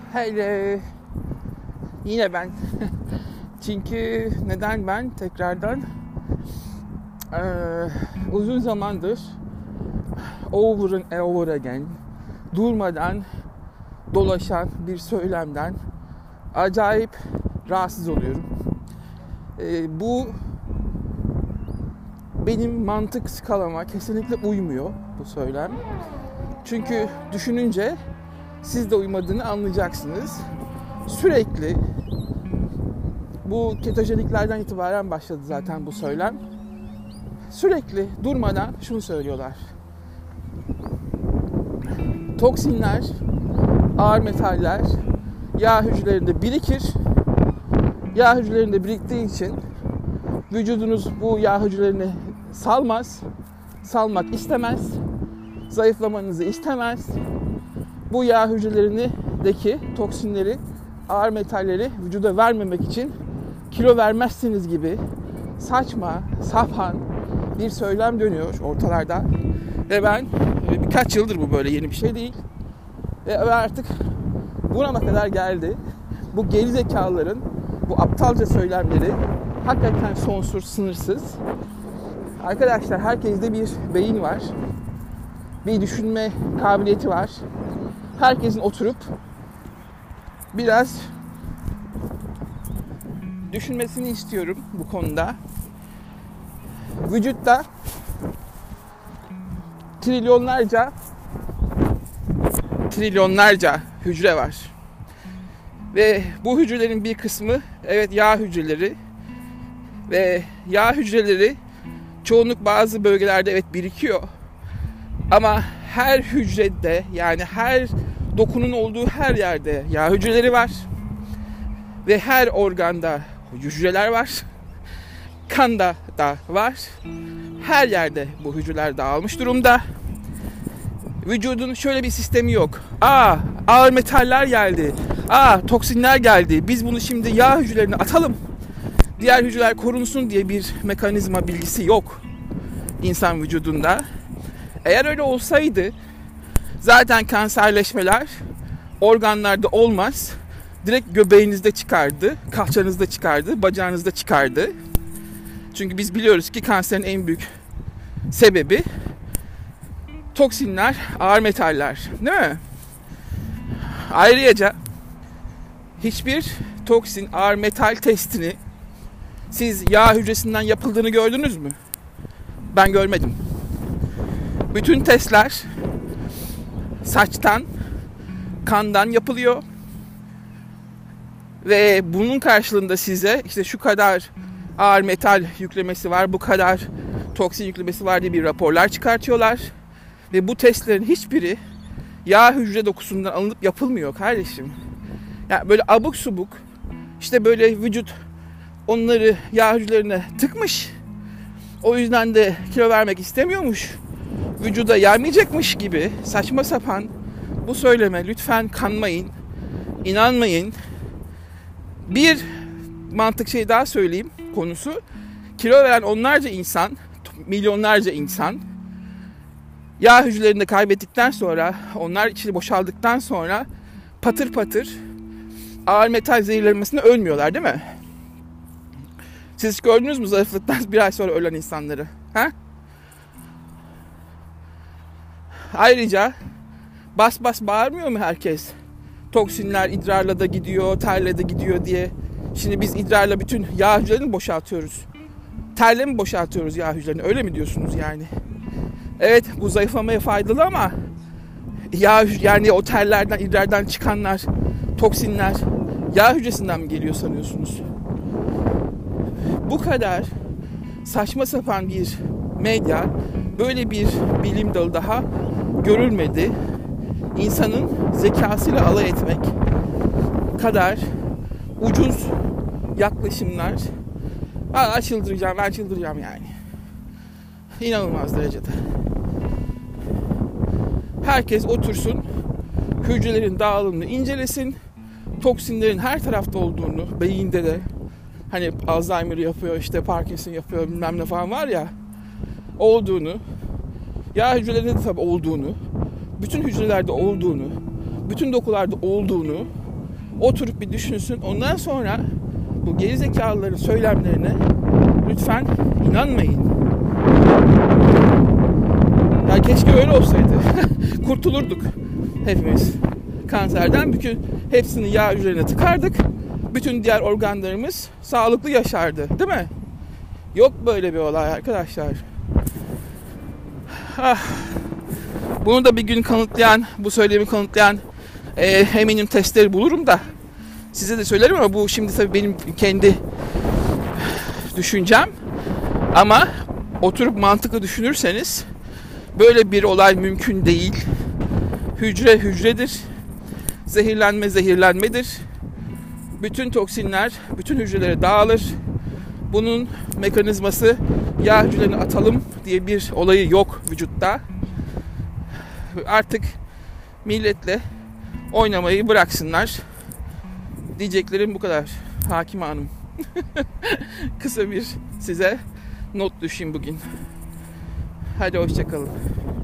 Hele yine ben. Çünkü neden ben tekrardan uzun zamandır over and over again durmadan dolaşan bir söylemden acayip rahatsız oluyorum. Bu benim mantık skalama kesinlikle uymuyor bu söylem. Çünkü düşününce siz de uymadığını anlayacaksınız. Sürekli bu ketojeniklerden itibaren başladı zaten bu söylem. Sürekli durmadan şunu söylüyorlar. Toksinler, ağır metaller yağ hücrelerinde birikir. Yağ hücrelerinde biriktiği için vücudunuz bu yağ hücrelerini salmaz. Salmak istemez. Zayıflamanızı istemez. Bu yağ hücrelerindeki toksinleri, ağır metalleri vücuda vermemek için kilo vermezsiniz gibi saçma, sapan bir söylem dönüyor ortalarda. Ve ben birkaç yıldır bu böyle, yeni bir şey değil. Ve artık buna kadar geldi. Bu gerizekalıların bu aptalca söylemleri hakikaten sonsuz, sınırsız. Arkadaşlar, herkeste bir beyin var. Bir düşünme kabiliyeti var. Herkesin oturup biraz düşünmesini istiyorum bu konuda. Vücutta trilyonlarca hücre var. Ve bu hücrelerin bir kısmı evet yağ hücreleri. Ve yağ hücreleri çoğunluk bazı bölgelerde evet birikiyor. Ama her hücrede, yani her dokunun olduğu her yerde yağ hücreleri var. Ve her organda hücreler var. Kanda da var. Her yerde bu hücreler dağılmış durumda. Vücudun şöyle bir sistemi yok. Ağır metaller geldi. Toksinler geldi. Biz bunu şimdi yağ hücrelerine atalım. Diğer hücreler korunsun diye bir mekanizma, bilgisi yok insan vücudunda. Eğer öyle olsaydı zaten kanserleşmeler organlarda olmaz. Direkt göbeğinizde çıkardı, kalçanızda çıkardı, bacağınızda çıkardı. Çünkü biz biliyoruz ki kanserin en büyük sebebi toksinler, ağır metaller, değil mi? Ayrıca hiçbir toksin, ağır metal testini siz yağ hücresinden yapıldığını gördünüz mü? Ben görmedim. Bütün testler saçtan, kandan yapılıyor. Ve bunun karşılığında size işte şu kadar ağır metal yüklemesi var, bu kadar toksin yüklemesi var diye bir raporlar çıkartıyorlar. Ve bu testlerin hiçbiri yağ hücre dokusundan alınıp yapılmıyor kardeşim. Yani böyle abuk subuk, işte böyle vücut onları yağ hücrelerine tıkmış. O yüzden de kilo vermek istemiyormuş. Vücuda yermeyecekmiş gibi saçma sapan bu söyleme lütfen kanmayın. İnanmayın. Bir mantık şey daha söyleyeyim konusu. Kilo veren onlarca insan, milyonlarca insan yağ hücrelerini kaybettikten sonra, onlar içi boşaldıktan sonra patır patır ağır metal zehirlenmesine ölmüyorlar, değil mi? Siz hiç gördünüz mü zayıflıktan bir ay sonra ölen insanları? Ayrıca bas bas bağırmıyor mu herkes? Toksinler idrarla da gidiyor, terle de gidiyor diye. Şimdi biz idrarla bütün yağ hücrelerini boşaltıyoruz. Terle mi boşaltıyoruz yağ hücrelerini? Öyle mi diyorsunuz yani? Evet, bu zayıflamaya faydalı ama yani o terlerden, idrardan çıkanlar, toksinler yağ hücresinden mi geliyor sanıyorsunuz? Bu kadar saçma sapan bir medya, böyle bir bilim dalı daha görülmedi. İnsanın zekasıyla alay etmek kadar ucuz yaklaşımlar. Ben çıldıracağım yani. İnanılmaz derecede. Herkes otursun, hücrelerin dağılımını incelesin, toksinlerin her tarafta olduğunu, beyinde de, hani Alzheimer yapıyor, işte Parkinson yapıyor, bilmem ne falan var ya, olduğunu, yağ hücrelerinde de tabii olduğunu, bütün hücrelerde olduğunu, bütün dokularda olduğunu oturup bir düşünsün. Ondan sonra bu gerizekalıların söylemlerine lütfen inanmayın. Ya keşke öyle olsaydı. Kurtulurduk hepimiz kanserden. Hepsini yağ hücrelerine tıkardık. Bütün diğer organlarımız sağlıklı yaşardı. Değil mi? Yok böyle bir olay arkadaşlar. Bunu da bir gün kanıtlayan, bu söylemi kanıtlayan eminim testleri bulurum da size de söylerim ama bu şimdi tabii benim kendi düşüncem. Ama oturup mantıklı düşünürseniz böyle bir olay mümkün değil. Hücre hücredir. Zehirlenme zehirlenmedir. Bütün toksinler bütün hücrelere dağılır. Bunun mekanizması yağ hücrelerini atalım diye bir olayı yok vücutta. Artık milletle oynamayı bıraksınlar. Diyeceklerim bu kadar Hakim Hanım. Kısa bir size not düşeyim bugün. Hadi hoşça kalın.